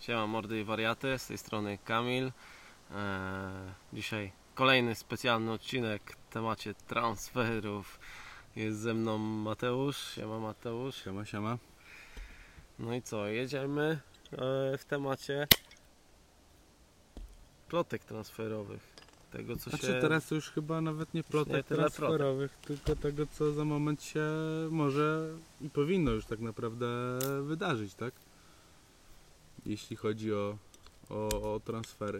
Siema mordy i wariaty, z tej strony Kamil. Dzisiaj kolejny specjalny odcinek w temacie transferów. Jest ze mną Mateusz. Siema Mateusz. Siema, siema. No i co, jedziemy w temacie plotek transferowych. Tego co Znaczy się... teraz już chyba nawet nie plotek nie tyle transferowych, tylko tego co za moment się może i powinno już tak naprawdę wydarzyć, tak? Jeśli chodzi o transfery.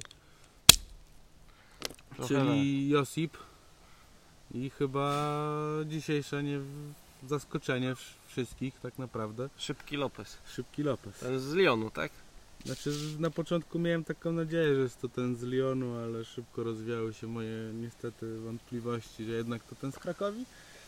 Czyli Josip i chyba dzisiejsze zaskoczenie wszystkich tak naprawdę. Szybki Lopez. Szybki Lopez. Ten z Lyonu, tak? Znaczy na początku miałem taką nadzieję, że jest to ten z Lyonu, ale szybko rozwiały się moje niestety wątpliwości, że jednak to ten z Krakowi.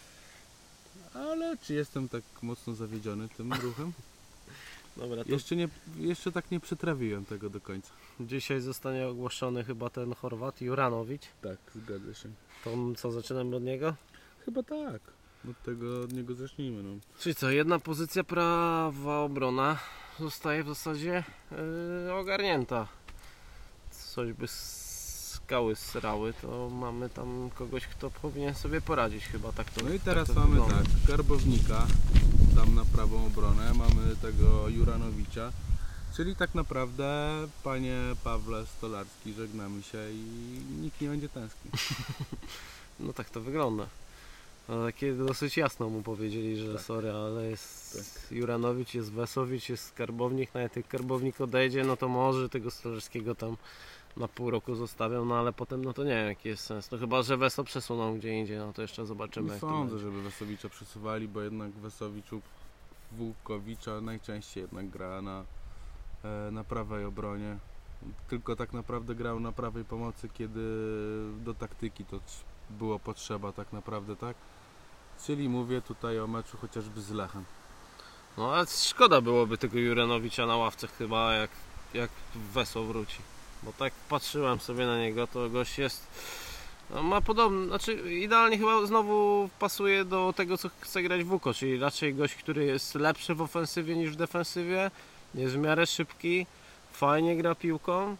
Ale czy jestem tak mocno zawiedziony tym ruchem? Dobra, to Jeszcze tak nie przetrawiłem tego do końca. dzisiaj zostanie ogłoszony chyba ten Chorwat, Juranowicz. Tak, zgadza się. To co, zaczynamy od niego? Chyba tak. Od niego zacznijmy. No. Czyli co, jedna pozycja prawa obrona zostaje w zasadzie ogarnięta. Coś by skały srały, to mamy tam kogoś, kto powinien sobie poradzić chyba tak to. No i teraz tak to mamy wygląda. tak, Garbownika tam na prawą obronę, mamy tego Juranowicza. Czyli tak naprawdę, panie Pawle Stolarski, żegnamy się i nikt nie będzie tęsknił. No tak to wygląda. No, takie dosyć jasno mu powiedzieli, że tak. Sorry, ale jest Tak. Juranowicz, jest Wesowicz, jest Karbownik. Nawet jak Karbownik odejdzie, no to może tego Stolarskiego tam na pół roku zostawią, no ale potem no to nie wiem jaki jest sens. No chyba, że Weso przesuną gdzie indziej, no to jeszcze zobaczymy. Nie jak to sądzę, będzie. żeby Wesowicza przesuwali, bo jednak Wesowiczu Włókowicza najczęściej jednak gra na prawej obronie. Tylko tak naprawdę grał na prawej pomocy, kiedy do taktyki to było potrzeba tak naprawdę, tak? Czyli mówię tutaj o meczu chociażby z Lechem. No ale szkoda byłoby tego Juranowicza na ławce chyba jak Weso wróci. Bo tak patrzyłem sobie na niego, to gość jest... No, ma podobny, znaczy idealnie chyba znowu pasuje do tego co chce grać Wuko, czyli raczej gość, który jest lepszy w ofensywie niż w defensywie, jest w miarę szybki, fajnie gra piłką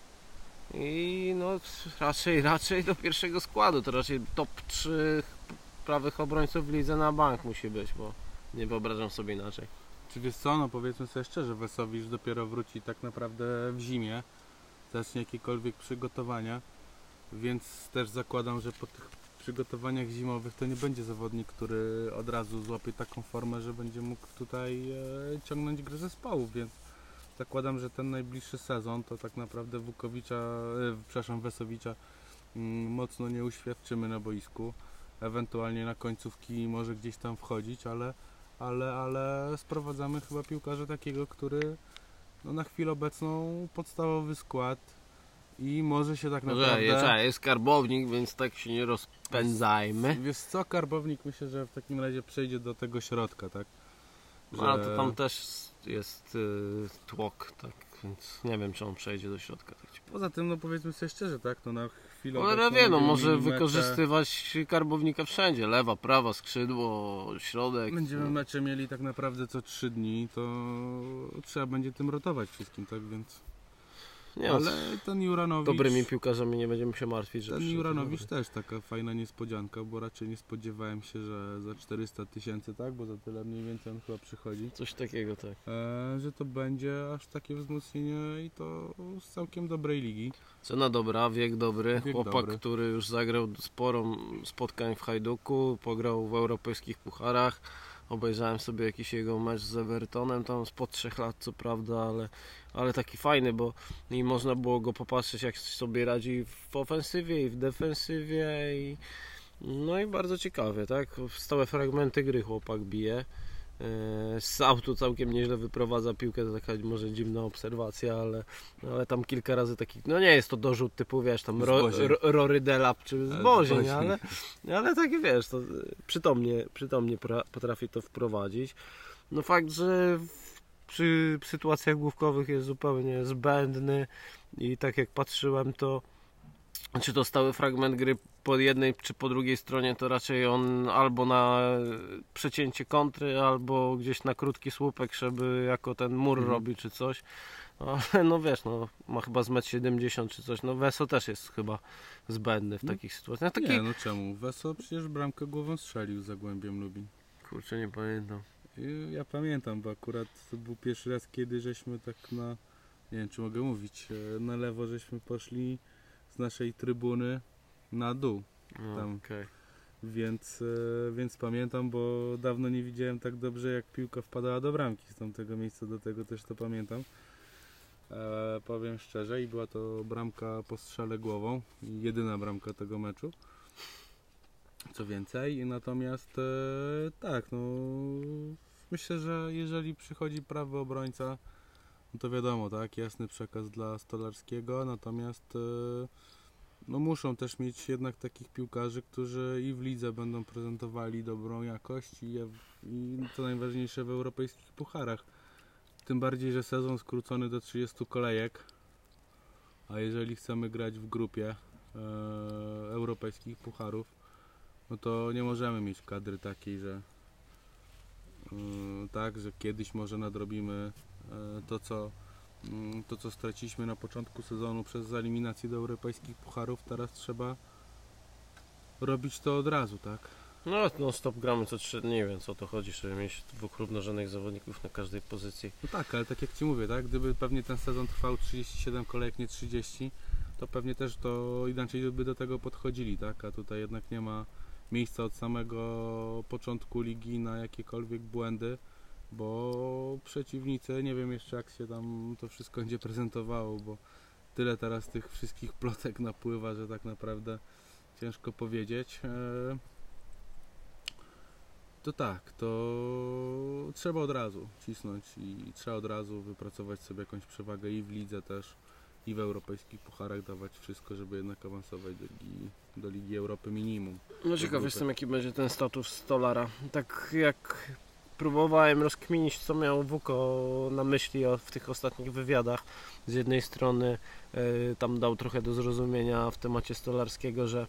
i no raczej do pierwszego składu, to raczej top 3 prawych obrońców w lidze na bank musi być, bo nie wyobrażam sobie inaczej. Czy wiesz co, no powiedzmy sobie szczerze, Wesowicz dopiero wróci tak naprawdę w zimie, zacznie jakiekolwiek przygotowania, więc też zakładam, że po tych przygotowaniach zimowych to nie będzie zawodnik, który od razu złapie taką formę, że będzie mógł tutaj ciągnąć grę zespołu, więc zakładam, że ten najbliższy sezon to tak naprawdę Wesowicza mocno nie uświadczymy na boisku, ewentualnie na końcówki może gdzieś tam wchodzić, ale sprowadzamy chyba piłkarza takiego, który no, na chwilę obecną podstawowy skład i może się tak naprawdę... Jest Karbownik, więc tak się nie rozpędzajmy. Wiesz co, Karbownik myślę, że w takim razie przejdzie do tego środka, tak? Że... No, to tam też jest tłok, tak, więc nie wiem czy on przejdzie do środka. Tak poza tym, no powiedzmy sobie szczerze, tak, to na chwilę ale wie, no może wykorzystywać Karbownika wszędzie, lewa, prawa, skrzydło, środek. Będziemy mecze mieli tak naprawdę co 3 dni, to trzeba będzie tym rotować wszystkim, tak, więc... Nie, ale ten Juranowicz... Dobrymi piłkarzami nie będziemy się martwić. Że ten Juranowicz też taka fajna niespodzianka, bo raczej nie spodziewałem się, że za 400 000, tak? Bo za tyle mniej więcej on chyba przychodzi. Coś takiego, tak. Że to będzie aż takie wzmocnienie i to z całkiem dobrej ligi. Cena dobra, wiek dobry. Chłopak, dobry. który już zagrał sporo spotkań w Hajduku, pograł w europejskich pucharach. Obejrzałem sobie jakiś jego mecz z Evertonem, tam spod 3 lat co prawda, ale taki fajny, bo i można było go popatrzeć jak sobie radzi w ofensywie i w defensywie no i bardzo ciekawie, tak? Stałe fragmenty gry chłopak bije. Z autu całkiem nieźle wyprowadza piłkę, to taka może dziwna obserwacja, ale tam kilka razy taki, no nie jest to dorzut typu, wiesz, tam Rory Delap czy Zbozień, ale takie, wiesz, to przytomnie potrafi to wprowadzić. No fakt, że przy sytuacjach główkowych jest zupełnie zbędny i tak jak patrzyłem, to czy to stały fragment gry po jednej czy po drugiej stronie, to raczej on albo na przecięcie kontry, albo gdzieś na krótki słupek, żeby jako ten mur robi czy coś. Ale no wiesz, no ma chyba z 1,70 m czy coś, no Weso też jest chyba zbędny w takich sytuacjach. Nie, no czemu? Weso przecież bramkę głową strzelił z Zagłębiem Lubin. Kurczę, nie pamiętam. Ja pamiętam, bo akurat to był pierwszy raz, kiedy żeśmy tak na, nie wiem czy mogę mówić, na lewo żeśmy poszli z naszej trybuny na dół. No, Tam. okej. Więc pamiętam, bo dawno nie widziałem tak dobrze, jak piłka wpadała do bramki z tamtego miejsca, do tego też to pamiętam. Powiem szczerze, i była to bramka po strzale głową, jedyna bramka tego meczu. Co więcej, natomiast tak, no myślę, że jeżeli przychodzi prawy obrońca, no to wiadomo, tak, jasny przekaz dla Stolarskiego, natomiast no muszą też mieć jednak takich piłkarzy, którzy i w lidze będą prezentowali dobrą jakość i co najważniejsze w europejskich pucharach. Tym bardziej, że sezon skrócony do 30 kolejek, a jeżeli chcemy grać w grupie europejskich pucharów, no to nie możemy mieć kadry takiej, że tak, że kiedyś może nadrobimy to co straciliśmy na początku sezonu przez eliminację do europejskich pucharów. Teraz trzeba robić to od razu, tak? No stop gramy co 3 dni, więc o to chodzi, żeby mieć 2 równorzędnych zawodników na każdej pozycji. No tak, ale tak jak Ci mówię, tak? Gdyby pewnie ten sezon trwał 37 kolejek, nie 30, to pewnie też to inaczej by do tego podchodzili, tak? A tutaj jednak nie ma miejsca od samego początku ligi na jakiekolwiek błędy, bo przeciwnicy, nie wiem jeszcze jak się tam to wszystko będzie prezentowało, bo tyle teraz tych wszystkich plotek napływa, że tak naprawdę ciężko powiedzieć. To tak, to trzeba od razu cisnąć i trzeba od razu wypracować sobie jakąś przewagę i w lidze też, i w europejskich pucharach, dawać wszystko, żeby jednak awansować do Ligi Europy minimum. No ciekaw jestem, jaki będzie ten status Stolara. Tak jak próbowałem rozkminić, co miał Wuko na myśli w tych ostatnich wywiadach. Z jednej strony tam dał trochę do zrozumienia w temacie Stolarskiego, że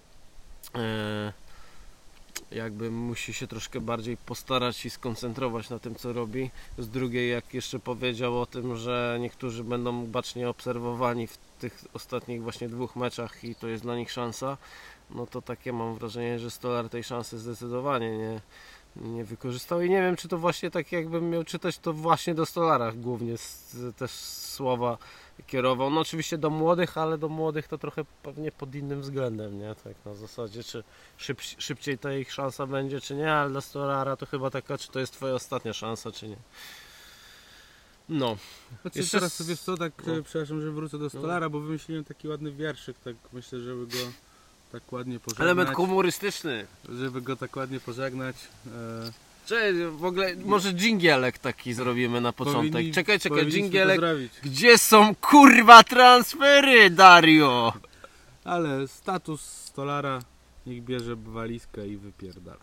jakby musi się troszkę bardziej postarać i skoncentrować na tym, co robi. Z drugiej, jak jeszcze powiedział o tym, że niektórzy będą bacznie obserwowani w tych ostatnich właśnie 2 meczach i to jest dla nich szansa, no to takie mam wrażenie, że Stolar tej szansy zdecydowanie nie wykorzystał i nie wiem, czy to właśnie tak jakbym miał czytać, to właśnie do Stolara głównie też słowa kierował. No oczywiście do młodych, ale do młodych to trochę pewnie pod innym względem, nie? Tak na zasadzie, czy szybciej ta ich szansa będzie, czy nie, ale dla Stolara to chyba taka, czy to jest twoja ostatnia szansa, czy nie. No. Znaczy, Jeszcze teraz wiesz co, tak, no. Przepraszam, że wrócę do Stolara, bo wymyśliłem taki ładny wierszyk, tak myślę, żeby go tak ładnie pożegnać. Element humorystyczny. Żeby go tak ładnie pożegnać. Czy w ogóle może dżingielek taki zrobimy na początek. Czekaj, dżingielek. Gdzie są kurwa transfery, Dario? Ale status Stolara niech bierze walizkę i wypierdala.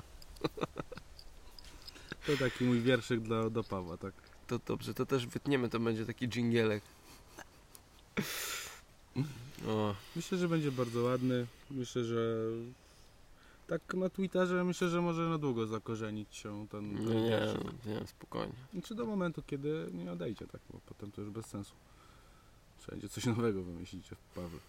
To taki mój wierszyk do Pawła, tak? To dobrze, to też wytniemy, to będzie taki dżingielek. O. Myślę, że będzie bardzo ładny. Myślę, że tak na Twitterze myślę, że może na długo zakorzenić się ten wierszyk. Nie, spokojnie. Czy do momentu, kiedy nie odejdzie, tak? Bo potem to już bez sensu. Trzeba będzie coś nowego wymyślić w Pawle.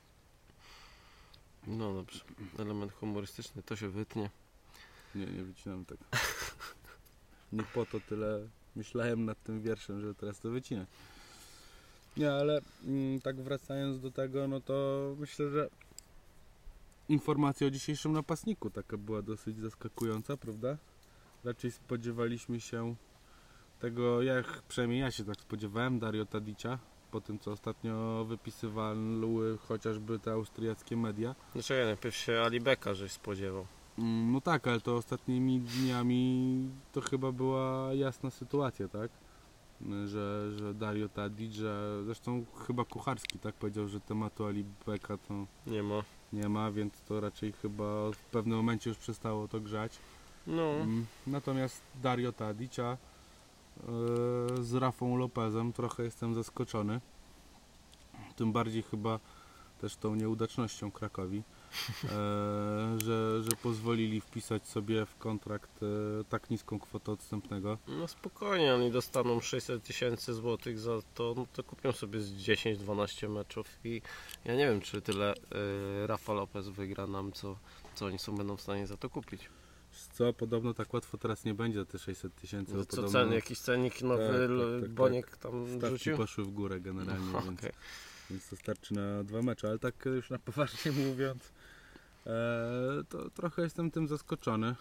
No dobrze. Element humorystyczny, to się wytnie. Nie wycinam tego. Nie po to tyle myślałem nad tym wierszem, żeby teraz to wycinać. Nie, ale tak wracając do tego, no to myślę, że informacja o dzisiejszym napastniku taka była dosyć zaskakująca, prawda? Raczej spodziewaliśmy się tego, jak przynajmniej ja się tak spodziewałem, Dario Tadicia, po tym co ostatnio wypisywały chociażby te austriackie media. Znaczy najpierw się Alibeka żeś spodziewał. No tak, ale to ostatnimi dniami to chyba była jasna sytuacja, tak? Że Dario Tadic, że zresztą chyba Kucharski tak powiedział, że tematu Alibeka to nie ma, więc to raczej chyba w pewnym momencie już przestało to grzać. No. Natomiast Dario Tadicia z Rafą Lopezem trochę jestem zaskoczony. Tym bardziej chyba też tą nieudacznością Krakowi. że pozwolili wpisać sobie w kontrakt tak niską kwotę odstępnego. No spokojnie, oni dostaną 600 tysięcy złotych za to, no to kupią sobie z 10-12 meczów i ja nie wiem, czy tyle Rafa Lopez wygra nam, co oni będą w stanie za to kupić. Co, podobno tak łatwo teraz nie będzie za te 600 tysięcy. Co ceny, jakiś cennik nowy, tak, Boniek tam stawki rzucił? poszły w górę generalnie, Okay. więc to starczy na 2 mecze, ale tak już na poważnie mówiąc, to trochę jestem tym zaskoczony,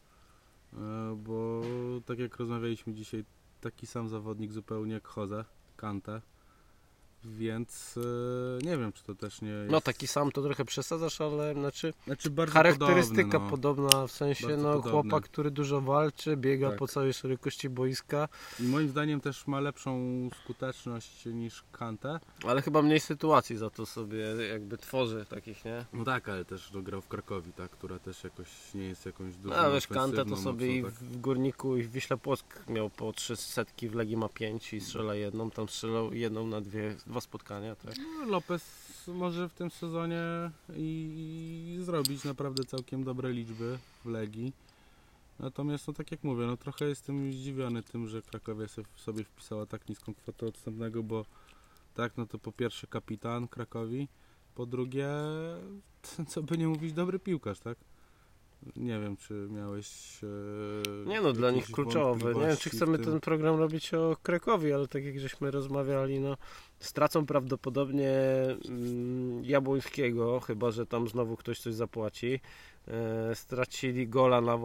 bo tak jak rozmawialiśmy dzisiaj, taki sam zawodnik zupełnie jak Jose, Kante, więc nie wiem, czy to też nie jest... No taki sam to trochę przesadzasz, ale znaczy bardzo charakterystyka podobny, podobna, w sensie chłopak, który dużo walczy, biega po całej szerokości boiska. I moim zdaniem też ma lepszą skuteczność niż Kante. Ale chyba mniej sytuacji za to sobie jakby tworzy takich, nie? No tak, ale też grał w Krakowi, tak, która też jakoś nie jest jakąś dużą A wiesz, Kante to mocno, sobie i tak. w Górniku i w Wiśle Płock miał po 300, w Legii ma 5 i strzela jedną, tam strzelał jedną na 2 spotkania, tak? No, Lopez może w tym sezonie i zrobić naprawdę całkiem dobre liczby w Legii. Natomiast, no tak jak mówię, no trochę jestem zdziwiony tym, że Krakowia sobie wpisała tak niską kwotę odstępnego, bo tak, no to po pierwsze kapitan Krakowi, po drugie, co by nie mówić, dobry piłkarz, tak? Nie wiem, czy miałeś... Nie no, dla nich kluczowe. Nie wiem, czy chcemy ten program robić o Krakowi, ale tak jak żeśmy rozmawiali, no stracą prawdopodobnie Jabłońskiego, chyba że tam znowu ktoś coś zapłaci. Stracili gola na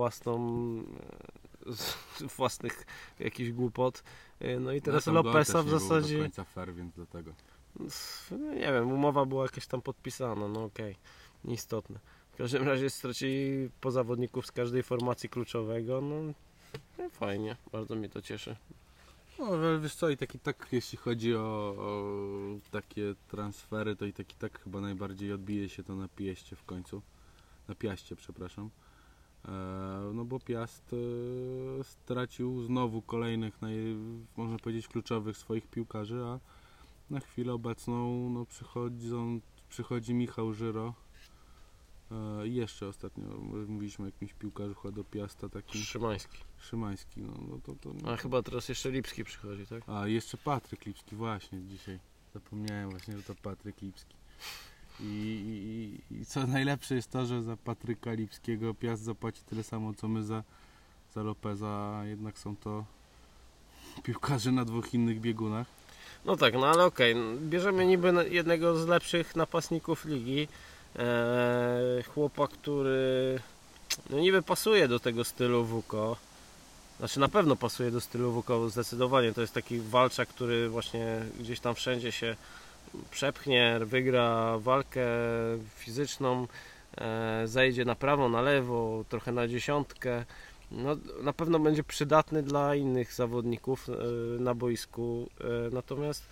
własnych jakichś głupot. No i teraz Lopesa w zasadzie... Nie był do końca fair, więc dlatego. Nie wiem, umowa była jakaś tam podpisana, no okej, nieistotne. W każdym razie stracili po zawodników z każdej formacji kluczowego, no fajnie, bardzo mnie to cieszy. No wiesz co, i tak jeśli chodzi o takie transfery, to i tak chyba najbardziej odbije się to na Piaście w końcu. Na Piaście, przepraszam. No bo Piast stracił znowu kolejnych, można powiedzieć, kluczowych swoich piłkarzy, a na chwilę obecną no, przychodzi Michał Żyro. I jeszcze ostatnio mówiliśmy o jakimś piłkarzu chyba do Piasta, takim Szymański, no to... A chyba teraz jeszcze Lipski przychodzi, tak? A jeszcze Patryk Lipski, właśnie dzisiaj zapomniałem właśnie, że to Patryk Lipski. I co najlepsze jest to, że za Patryka Lipskiego Piast zapłaci tyle samo co my za Lopeza, a jednak są to piłkarze na 2 innych biegunach. No tak, no ale okej, bierzemy niby jednego z lepszych napastników ligi. Chłopak, który no niby pasuje do tego stylu WKO, znaczy na pewno pasuje do stylu WKO zdecydowanie, to jest taki walczak, który właśnie gdzieś tam wszędzie się przepchnie, wygra walkę fizyczną, zejdzie na prawo, na lewo, trochę na dziesiątkę, no, na pewno będzie przydatny dla innych zawodników na boisku, natomiast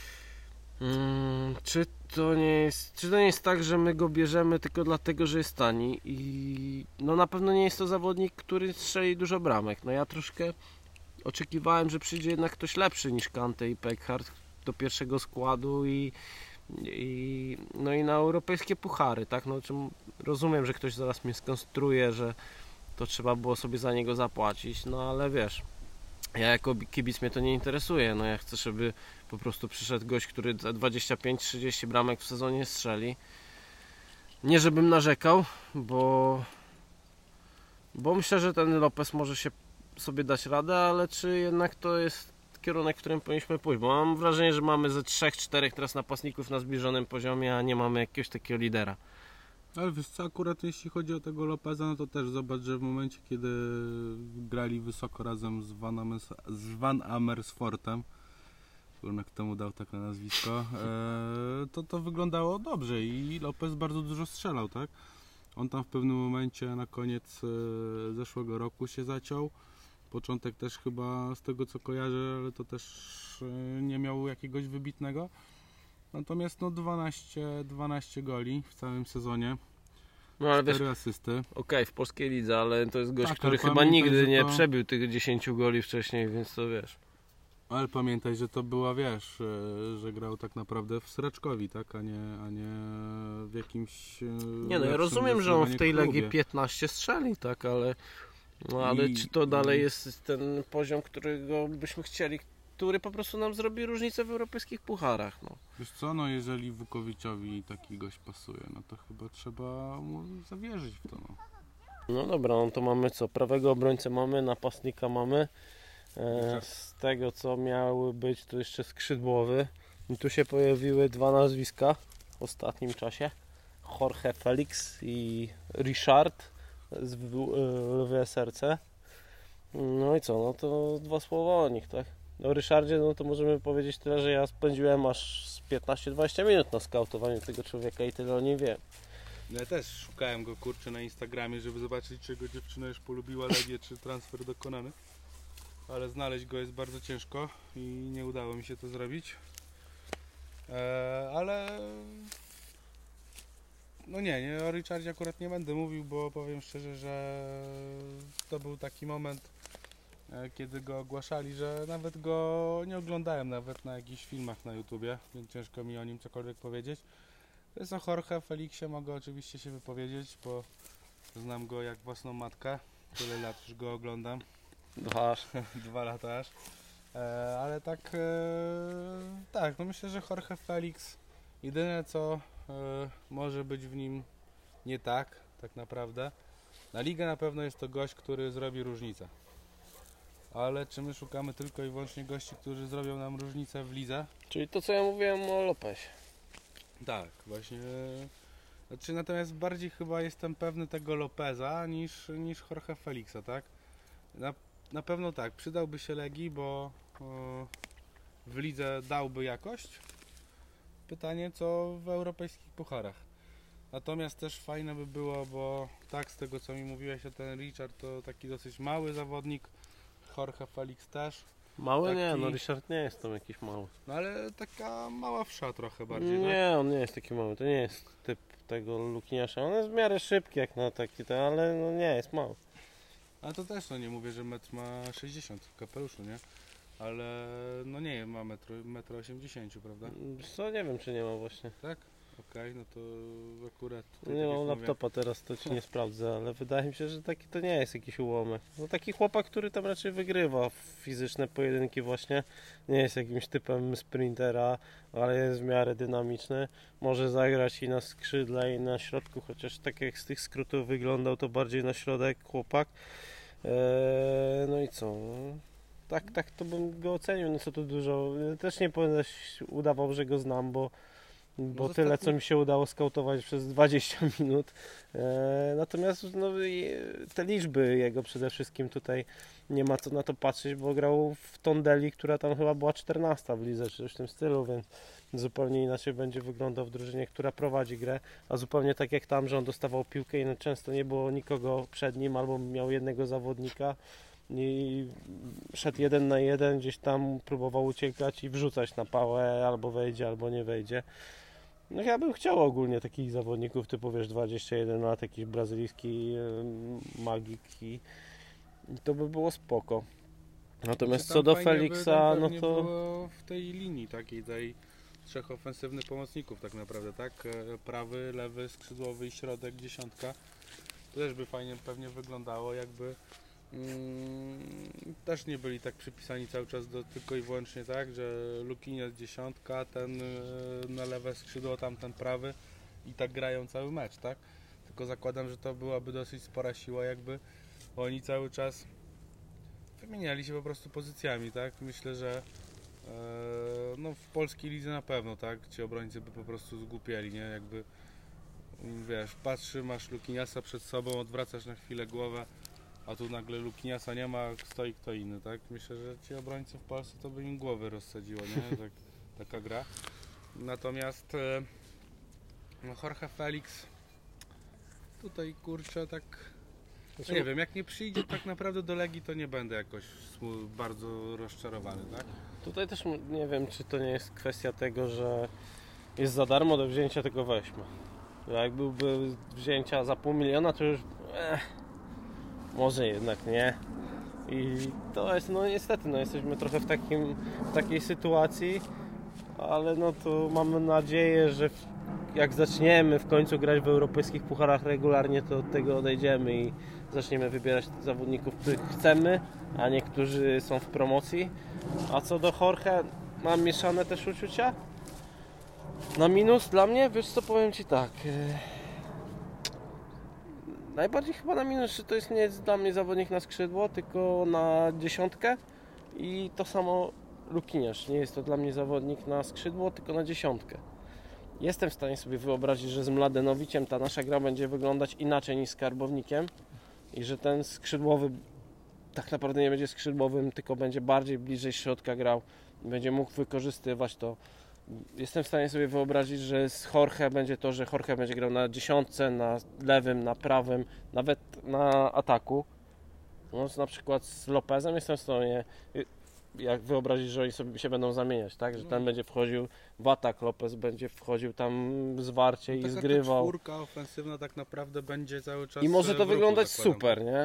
czy to nie jest tak, że my go bierzemy tylko dlatego, że jest tani i no na pewno nie jest to zawodnik, który strzeli dużo bramek. No ja troszkę oczekiwałem, że przyjdzie jednak ktoś lepszy niż Kante i Peckhardt do pierwszego składu i na europejskie puchary, tak? No, rozumiem, że ktoś zaraz mnie skonstruuje, że to trzeba było sobie za niego zapłacić, no ale wiesz, ja jako kibic mnie to nie interesuje, no ja chcę, żeby po prostu przyszedł gość, który 25-30 bramek w sezonie strzeli. Nie żebym narzekał, bo myślę, że ten Lopez może się sobie dać radę, ale czy jednak to jest kierunek, w którym powinniśmy pójść, bo mam wrażenie, że mamy ze 3-4 teraz napastników na zbliżonym poziomie, a nie mamy jakiegoś takiego lidera. Ale wiesz co, akurat jeśli chodzi o tego Lopeza, no to też zobacz, że w momencie, kiedy grali wysoko razem z Van Amersfoortem, kto mu dał takie nazwisko, to wyglądało dobrze i Lopez bardzo dużo strzelał, tak? On tam w pewnym momencie na koniec zeszłego roku się zaciął. Początek też chyba z tego co kojarzę, ale to też nie miał jakiegoś wybitnego. Natomiast no 12 goli w całym sezonie. No ale 4 wiesz, asysty. Okej, w polskiej lidze, ale to jest gość, Tak, który ale chyba pamiętaj, nigdy że nie to- przebił tych 10 goli wcześniej, więc to wiesz. Ale pamiętaj, że to była, wiesz, że grał tak naprawdę w Sraczkowi, tak? A nie w jakimś Nie no, ja rozumiem, że on w tej Legii 15 strzeli, tak, ale czy to dalej jest ten poziom, którego byśmy chcieli, który po prostu nam zrobi różnicę w europejskich pucharach, no. Wiesz co, no jeżeli Wukowiczowi taki gość pasuje, no to chyba trzeba mu zawierzyć w to, no. No dobra, no to mamy co? Prawego obrońcę mamy, napastnika mamy. Z tego co miały być, to jeszcze skrzydłowy. I tu się pojawiły dwa nazwiska w ostatnim czasie. Jorge Felix i Richard z Lwie Serce. No i co? No to dwa słowa o nich, tak? O Richardzie, no to możemy powiedzieć tyle, że ja spędziłem aż z 15-20 minut na skautowaniu tego człowieka i tyle o nim wiem. Ja też szukałem go, kurczę, na Instagramie, żeby zobaczyć, czy go dziewczyna już polubiła Legię, czy transfer dokonany. Ale znaleźć go jest bardzo ciężko i nie udało mi się to zrobić. Ale no nie, o Richardzie akurat nie będę mówił, bo powiem szczerze, że to był taki moment, kiedy go ogłaszali, że nawet go nie oglądałem nawet na jakichś filmach na YouTubie, więc ciężko mi o nim cokolwiek powiedzieć. To jest o Jorge Felixie, mogę oczywiście się wypowiedzieć, bo znam go jak własną matkę. Tyle lat już go oglądam. 2 lata aż. Ale tak, no myślę, że Jorge Felix, jedyne co może być w nim nie tak naprawdę. Na ligę na pewno jest to gość, który zrobi różnicę. Ale czy my szukamy tylko i wyłącznie gości, którzy zrobią nam różnicę w lidze? Czyli to co ja mówiłem o Lopezie. Tak, właśnie. Znaczy, natomiast bardziej chyba jestem pewny tego Lopeza niż Jorge Felixa, tak? Na pewno tak, przydałby się Legii, bo w lidze dałby jakość. Pytanie, co w europejskich pucharach. Natomiast też fajne by było, bo tak, z tego co mi mówiłeś, o ten Richard to taki dosyć mały zawodnik, Jorge Felix też. Mały taki... nie, no Richard nie jest tam jakiś mały. No ale taka mała wsza trochę bardziej, nie, tak? On nie jest taki mały, to nie jest typ tego Lukiniasza. On jest w miarę szybki jak na taki, ale no nie jest mały. A to też, no nie mówię, że metr ma 60 w kapeluszu, nie? Ale no nie ma 1,80 m, prawda? Co, nie wiem czy nie ma właśnie. Tak? Okej, no to akurat... Nie mam laptopa teraz, to ci nie sprawdzę, ale wydaje mi się, że taki to nie jest jakiś ułomek. No taki chłopak, który tam raczej wygrywa w fizyczne pojedynki właśnie. Nie jest jakimś typem sprintera, ale jest w miarę dynamiczny. Może zagrać i na skrzydle, i na środku, chociaż tak jak z tych skrótów wyglądał, to bardziej na środek chłopak. No i co? Tak to bym go ocenił, no co tu dużo. Też nie będę udawał, że go znam, bo tyle co mi się udało skautować przez 20 minut. Natomiast no, te liczby jego przede wszystkim tutaj nie ma co na to patrzeć, bo grał w Tondeli, która tam chyba była 14 w lidze, czy coś w tym stylu, więc zupełnie inaczej będzie wyglądał w drużynie, która prowadzi grę, a zupełnie tak jak tam, że on dostawał piłkę i często nie było nikogo przed nim, albo miał jednego zawodnika i szedł 1 na 1, gdzieś tam próbował uciekać i wrzucać na pałę, albo wejdzie, albo nie wejdzie. No ja bym chciał ogólnie takich zawodników typu, wiesz, 21 lat, jakiś brazylijski magik i to by było spoko. Natomiast co do Felixa, no to... było w tej linii takiej, tej 3 ofensywnych pomocników tak naprawdę, tak? Prawy, lewy, skrzydłowy i środek, 10. To też by fajnie pewnie wyglądało, jakby też nie byli tak przypisani cały czas tylko i wyłącznie tak, że Lukinias 10, ten na lewe skrzydło, tamten prawy i tak grają cały mecz, tak? Tylko zakładam, że to byłaby dosyć spora siła, jakby oni cały czas wymieniali się po prostu pozycjami, tak? Myślę, że no w polskiej lidze na pewno, tak? Ci obrońcy by po prostu zgłupieli, nie? Jakby wiesz, masz Lukiniasa przed sobą, odwracasz na chwilę głowę, a tu nagle Lukiniasa nie ma, stoi kto inny, tak? Myślę, że ci obrońcy w Polsce to by im głowy rozsadziło, nie? Taka gra. Natomiast no Jorge Felix tutaj, kurczę, tak no nie wiem, jak nie przyjdzie tak naprawdę do Legii, to nie będę jakoś bardzo rozczarowany, tak? Tutaj też nie wiem, czy to nie jest kwestia tego, że jest za darmo do wzięcia, tego weźmy. Jak byłby wzięcia za 500 000, to już może jednak nie. I to jest, no niestety, no jesteśmy trochę w takiej sytuacji, ale no to mamy nadzieję, że jak zaczniemy w końcu grać w europejskich pucharach regularnie, to od tego odejdziemy i zaczniemy wybierać zawodników, których chcemy, a niektórzy są w promocji. A co do Jorge, mam mieszane też uczucia. Na minus dla mnie, wiesz co, powiem Ci tak. Najbardziej chyba na minus, że to jest nie jest dla mnie zawodnik na skrzydło, tylko na dziesiątkę. I to samo Lukiniarz. Nie jest to dla mnie zawodnik na skrzydło, tylko na dziesiątkę. Jestem w stanie sobie wyobrazić, że z Mladenowiciem ta nasza gra będzie wyglądać inaczej niż z Karbownikiem i że ten skrzydłowy tak naprawdę nie będzie skrzydłowym, tylko będzie bardziej bliżej środka grał i będzie mógł wykorzystywać to. Jestem w stanie sobie wyobrazić, że z Jorge będzie to, że Jorge będzie grał na dziesiątce, na lewym, na prawym, nawet na ataku. No, na przykład z Lopezem jestem w stanie jak wyobrazić, że oni sobie się będą zamieniać, tak? Że ten będzie wchodził w atak, Lopez będzie wchodził tam zwarcie i zgrywał. Ta czwórka ofensywna tak naprawdę będzie cały czas. I może to wyglądać super, nie?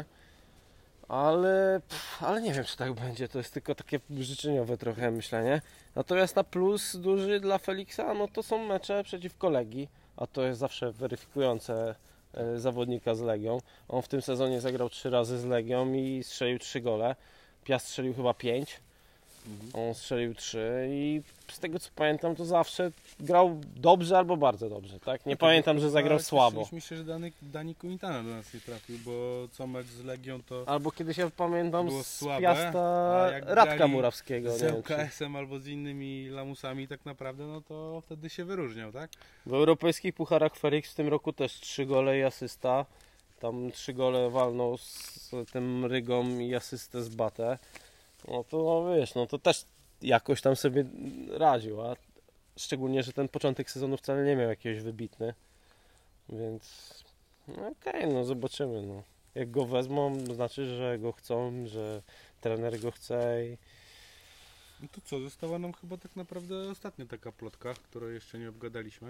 Ale nie wiem, czy tak będzie. To jest tylko takie życzeniowe trochę myślenie. Natomiast na plus duży dla Feliksa, no to są mecze przeciwko Legii, a to jest zawsze weryfikujące zawodnika z Legią. On w tym sezonie zagrał 3 razy z Legią i strzelił 3 gole. Piast strzelił chyba 5. On strzelił 3 i z tego co pamiętam, to zawsze grał dobrze albo bardzo dobrze, tak? Nie pamiętam, że zagrał słabo. Myślę, że Dani Kumitana do nas nie trafił, bo co mecz z Legią to albo kiedyś ja pamiętam było z słabe, Piasta Radka Murawskiego. Z ŁKS-em albo z innymi lamusami tak naprawdę, no to wtedy się wyróżniał, tak? W europejskich pucharach Felix w tym roku też 3 gole i asysta. Tam 3 gole walnął z tym Rygą i asystę z Batę. No to wiesz, no to też jakoś tam sobie radził, a szczególnie, że ten początek sezonu wcale nie miał jakiegoś wybitny, więc no okej, no zobaczymy, no. Jak go wezmą, znaczy, że go chcą, że trener go chce i... No to co, została nam chyba tak naprawdę ostatnia taka plotka, którą jeszcze nie obgadaliśmy.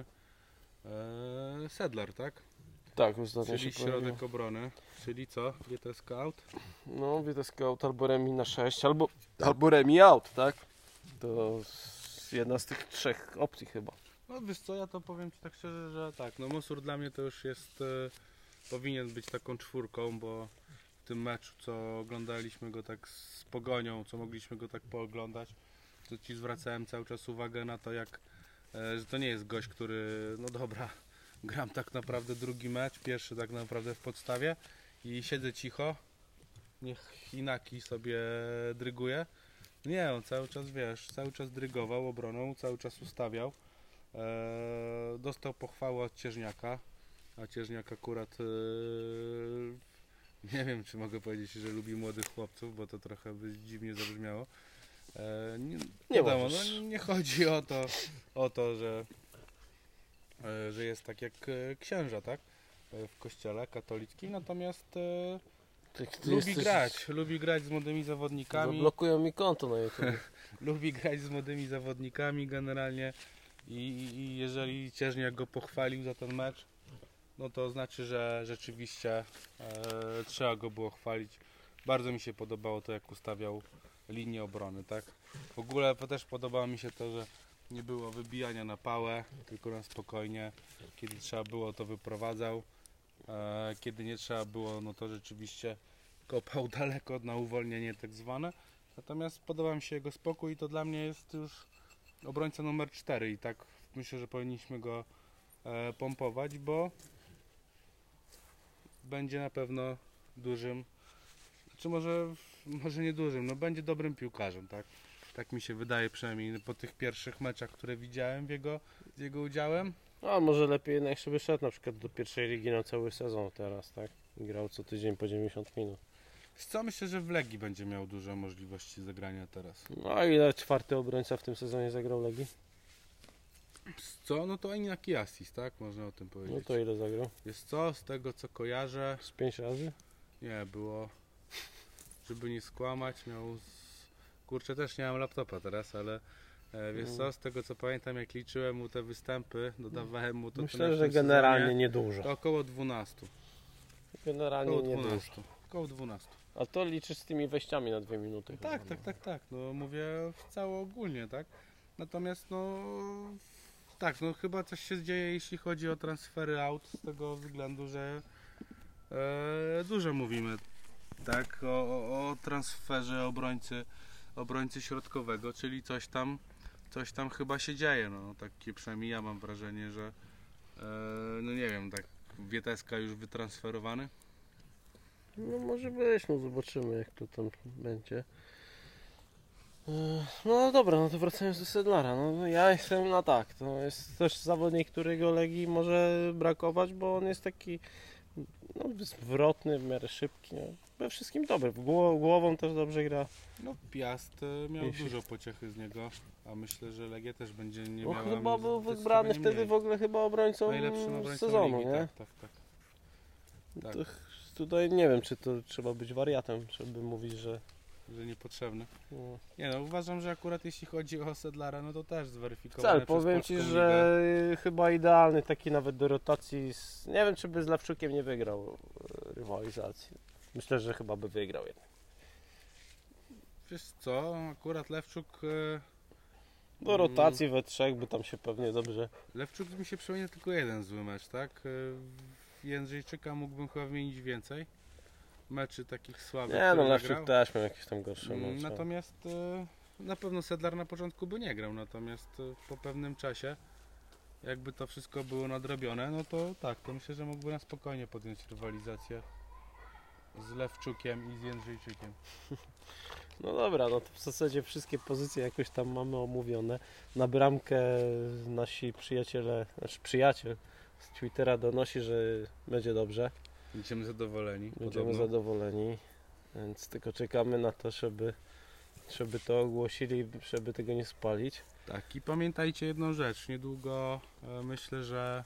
Sedlar, tak? Tak, ostatnio czyli się środek pojawił. obrony, czyli co? GTSK out? No, GTSK out albo remi na 6, albo remi out, tak? To jedna z tych 3 opcji chyba. No wiesz co, ja to powiem Ci tak szczerze, że tak, no Mosur dla mnie to już jest, powinien być taką czwórką, bo w tym meczu, co oglądaliśmy go tak z Pogonią, co mogliśmy go tak pooglądać, to Ci zwracałem cały czas uwagę na to, jak, że to nie jest gość, który, no dobra, gram tak naprawdę drugi mecz, pierwszy tak naprawdę w podstawie i siedzę cicho, niech Inaki sobie dryguje. Nie, on cały czas, wiesz, cały czas drygował obroną, cały czas ustawiał. Dostał pochwałę od Cieżniaka, a Cieżniak akurat nie wiem, czy mogę powiedzieć, że lubi młodych chłopców, bo to trochę by dziwnie zabrzmiało. Nie wiadomo, no, nie chodzi o to, że jest tak jak księża, tak? W kościele katolickim, natomiast lubi grać z młodymi zawodnikami. Zablokują mi konto na YouTube. Lubi grać z młodymi zawodnikami generalnie i jeżeli Cieżniak go pochwalił za ten mecz, no to znaczy, że rzeczywiście trzeba go było chwalić. Bardzo mi się podobało to, jak ustawiał linię obrony, tak? W ogóle też podobało mi się to, że nie było wybijania na pałę, tylko na spokojnie. Kiedy trzeba było, to wyprowadzał. Kiedy nie trzeba było, no to rzeczywiście kopał daleko na uwolnienie tak zwane. Natomiast podoba mi się jego spokój i to dla mnie jest już obrońca numer 4 i tak myślę, że powinniśmy go pompować, bo będzie na pewno dużym, czy może nie dużym, no będzie dobrym piłkarzem, tak? Tak mi się wydaje, przynajmniej po tych pierwszych meczach, które widziałem z jego udziałem. A może lepiej jednak, żeby szedł na przykład do pierwszej ligi na cały sezon teraz, tak? I grał co tydzień po 90 minut. Co myślę, że w Legii będzie miał duże możliwości zagrania teraz. No a ile 4. obrońca w tym sezonie zagrał Legii? Co? No to Inaki Assis, tak? Można o tym powiedzieć. No to ile zagrał? Jest co? Z tego co kojarzę... Z 5 razy? Nie, było... Żeby nie skłamać, miał... Kurczę, też nie mam laptopa teraz, ale... Wiesz co, z tego co pamiętam, jak liczyłem mu te występy, dodawałem mu to... Myślę, że generalnie sezonie, niedużo. to około 12. Generalnie niedużo. Około 12. A to liczysz z tymi wejściami na 2 minuty? Tak, chyba, tak. No mówię cało ogólnie, tak? Natomiast no tak, no chyba coś się dzieje, jeśli chodzi o transfery aut, z tego względu, że dużo mówimy, tak, o transferze obrońcy środkowego, czyli coś tam chyba się dzieje, no takie przynajmniej ja mam wrażenie, że no nie wiem, tak Wieteska już wytransferowany. No może być, no zobaczymy jak to tam będzie. No dobra, no to wracając do Sedlara. No ja jestem na tak. To jest też zawodnik, którego Legii może brakować, bo on jest taki zwrotny, w miarę szybki. No. We wszystkim dobry. Głową też dobrze gra. No Piast miał dużo pociechy z niego, a myślę, że Legia też będzie nie miała. Chyba był wybrany wtedy w ogóle chyba obrońcą sezonu, ligi, nie? Tak. To tutaj nie wiem, czy to trzeba być wariatem, żeby mówić, że niepotrzebny. no. Nie no, uważam, że akurat jeśli chodzi o Sedlara, no to też zweryfikowałem. Wcale, powiem Ci, że chyba idealny taki nawet do rotacji. Nie wiem, czy by z Lewczukiem nie wygrał rywalizacji. Myślę, że chyba by wygrał jednak. Wiesz co, akurat Lewczuk... Do rotacji we trzech by tam się pewnie dobrze... Lewczuk mi się przypomina tylko jeden zły mecz, tak? Jędrzejczyka mógłbym chyba wymienić więcej. Meczy takich słabych. Nie no, Lewczuk też miał jakieś tam gorsze mecze. Natomiast na pewno Sedlar na początku by nie grał, natomiast po pewnym czasie jakby to wszystko było nadrobione, no to tak, to myślę, że mógłby na spokojnie podjąć rywalizację z Lewczukiem i z Jędrzejczykiem. No dobra, no to w zasadzie wszystkie pozycje jakoś tam mamy omówione. Na bramkę nasi przyjaciele, znaczy przyjaciel z Twittera donosi, że będzie dobrze. Będziemy zadowoleni. Będziemy zadowoleni, więc tylko czekamy na to, żeby to ogłosili, żeby tego nie spalić. Tak, i pamiętajcie jedną rzecz, niedługo myślę, że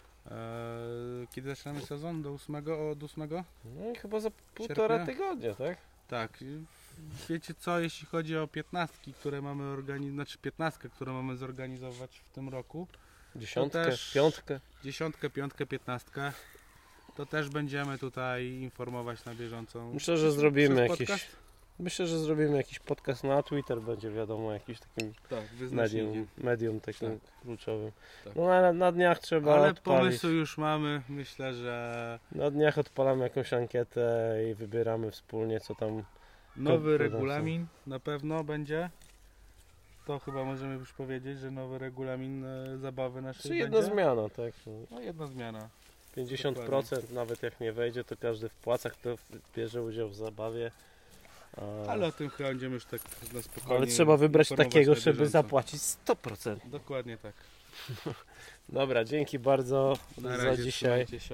kiedy zaczynamy sezon? Od 8? No i chyba za 1,5 tygodnia, tak? Tak. Wiecie co, jeśli chodzi o 15, które mamy znaczy 15, które mamy zorganizować w tym roku. 10, też 5. 10, 5, 15. To też będziemy tutaj informować na bieżąco. Myślę, że zrobimy jakiś podcast na Twitter, będzie wiadomo, jakiś takim medium takim kluczowym. Tak. No na dniach trzeba Ale odpalić. pomysł już mamy, myślę, że... Na dniach odpalamy jakąś ankietę i wybieramy wspólnie, co tam... Nowy regulamin na pewno będzie. To chyba możemy już powiedzieć, że nowy regulamin zabawy naszej Czy jedna zmiana, tak? No jedna zmiana. 50% dokładnie. Nawet jak nie wejdzie, to każdy wpłaca, kto bierze udział w zabawie. Ale o tym chyba będziemy już tak na spokojnie. Ale trzeba wybrać takiego, żeby zapłacić 100%. Dokładnie tak. Dobra, dzięki bardzo za dzisiaj.